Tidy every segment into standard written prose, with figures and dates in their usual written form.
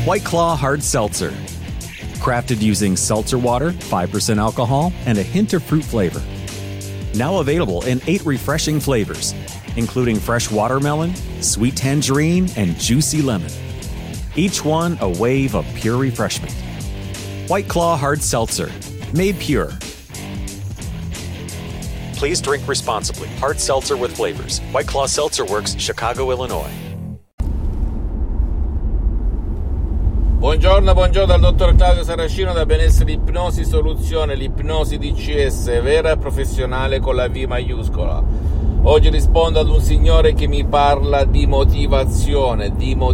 White Claw Hard Seltzer. Crafted using seltzer water, 5% alcohol, and a hint of fruit flavor. Now available in 8 refreshing flavors, including fresh watermelon, sweet tangerine, and juicy lemon. Each one a wave of pure refreshment. White Claw Hard Seltzer. Made pure. Please drink responsibly. Hard seltzer with flavors. White Claw Seltzer Works, Chicago, Illinois. Buongiorno dal dottor Claudio Saracino da Benessere Ipnosi Soluzione, l'ipnosi DCS vera e professionale con la V maiuscola. Oggi rispondo ad un signore che mi parla di motivazione,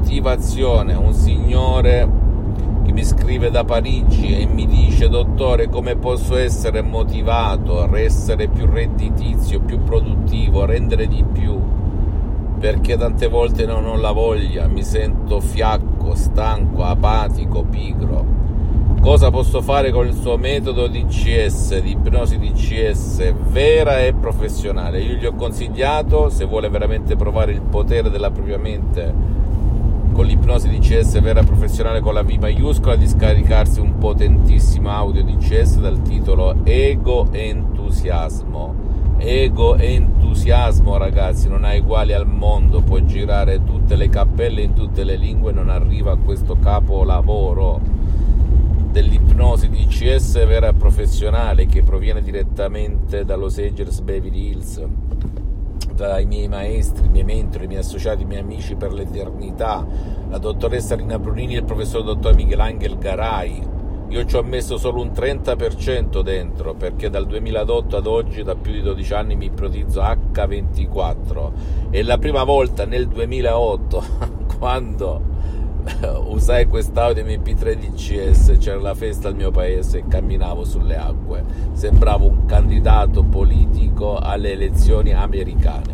un signore che mi scrive da Parigi e mi dice: dottore, come posso essere motivato a essere più redditizio, più produttivo, a rendere di più? Perché tante volte non ho la voglia, mi sento fiacco, stanco, apatico, pigro. Cosa posso fare con il suo metodo DCS, di ipnosi DCS vera e professionale? Io gli ho consigliato, se vuole veramente provare il potere della propria mente con l'ipnosi DCS vera e professionale con la V maiuscola, di scaricarsi un potentissimo audio DCS dal titolo Ego Entusiasmo. Ego entusiasmo, ragazzi, non ha uguali al mondo, può girare tutte le cappelle in tutte le lingue, non arriva a questo capolavoro dell'ipnosi DCS vera e professionale che proviene direttamente da Los Angeles Beverly Hills, dai miei maestri, i miei mentori, i miei associati, i miei amici per l'eternità, la dottoressa Rina Brunini e il professor dottor Michelangelo Garai. Io ci ho messo solo un 30% dentro, perché dal 2008 ad oggi, da più di 12 anni, mi ipnotizzo H24. E la prima volta nel 2008, quando usai quest'audio MP3 DCS, c'era la festa al mio paese e camminavo sulle acque. Sembravo un candidato politico alle elezioni americane.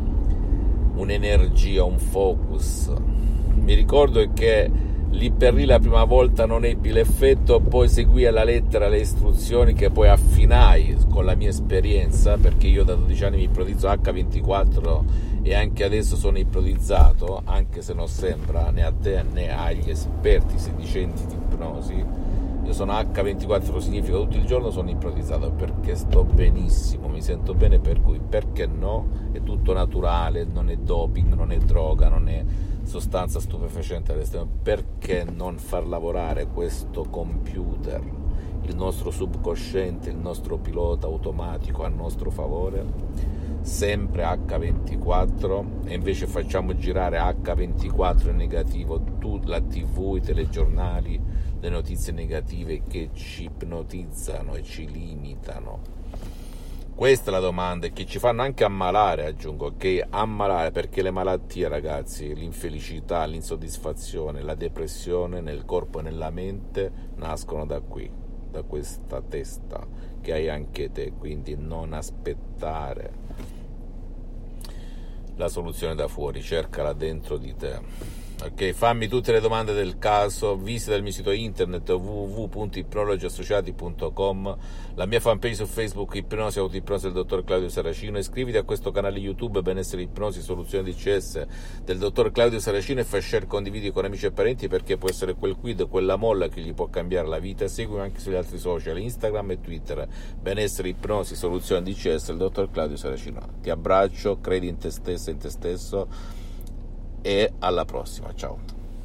Un'energia, un focus. Mi ricordo che lì per lì la prima volta non ebbi l'effetto, poi seguì alla lettera le istruzioni che poi affinai con la mia esperienza, perché io da 12 anni mi ipnotizzo H24 e anche adesso sono ipnotizzato, anche se non sembra né a te né agli esperti sedicenti di ipnosi. Io sono H24, significa tutto il giorno sono ipnotizzato, perché sto benissimo, mi sento bene, per cui perché no? È tutto naturale, non è doping, non è droga, non è sostanza stupefacente all'esterno. Perché non far lavorare questo computer, il nostro subconsciente, il nostro pilota automatico a nostro favore, sempre H24, e invece facciamo girare H24 in negativo la TV, i telegiornali, le notizie negative che ci ipnotizzano e ci limitano. Questa è la domanda, e che ci fanno anche ammalare, aggiungo, ok? Ammalare, perché le malattie, ragazzi, l'infelicità, l'insoddisfazione, la depressione nel corpo e nella mente nascono da qui, da questa testa che hai anche te, quindi non aspettare la soluzione da fuori, cercala dentro di te. Ok, fammi tutte le domande del caso, visita il mio sito internet www.ipnologiassociati.com, la mia fanpage su Facebook Ipnosi Autoipnosi del dottor Claudio Saracino, iscriviti a questo canale YouTube Benessere Ipnosi Soluzione DCS del dottor Claudio Saracino e fai share, condividi con amici e parenti, perché può essere quel quid, quella molla che gli può cambiare la vita. Seguimi anche sugli altri social, Instagram e Twitter, Benessere Ipnosi Soluzione DCS del dottor Claudio Saracino. Ti abbraccio, credi in te stessa e in te stesso, e alla prossima, ciao.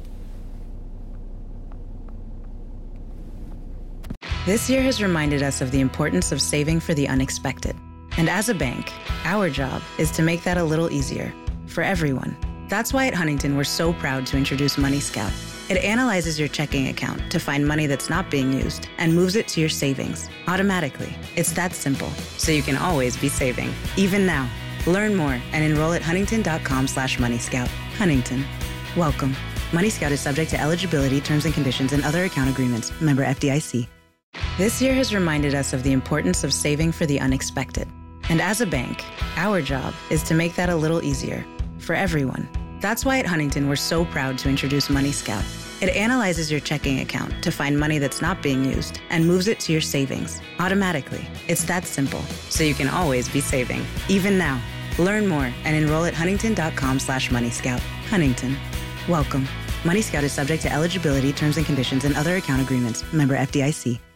This year has reminded us of the importance of saving for the unexpected. And as a bank, our job is to make that a little easier for everyone. That's why at Huntington, we're so proud to introduce Money Scout. It analyzes your checking account to find money that's not being used and moves it to your savings automatically. It's that simple, so you can always be saving, even now. Learn more and enroll at huntington.com/moneyscout. Huntington. Welcome. Money Scout is subject to eligibility, terms and conditions, and other account agreements. Member FDIC. This year has reminded us of the importance of saving for the unexpected. And as a bank, our job is to make that a little easier for everyone. That's why at Huntington, we're so proud to introduce Money Scout. It analyzes your checking account to find money that's not being used and moves it to your savings automatically. It's that simple, so you can always be saving, even now. Learn more and enroll at huntington.com/moneyscout. Huntington. Welcome. Money Scout is subject to eligibility, terms and conditions, and other account agreements. Member FDIC.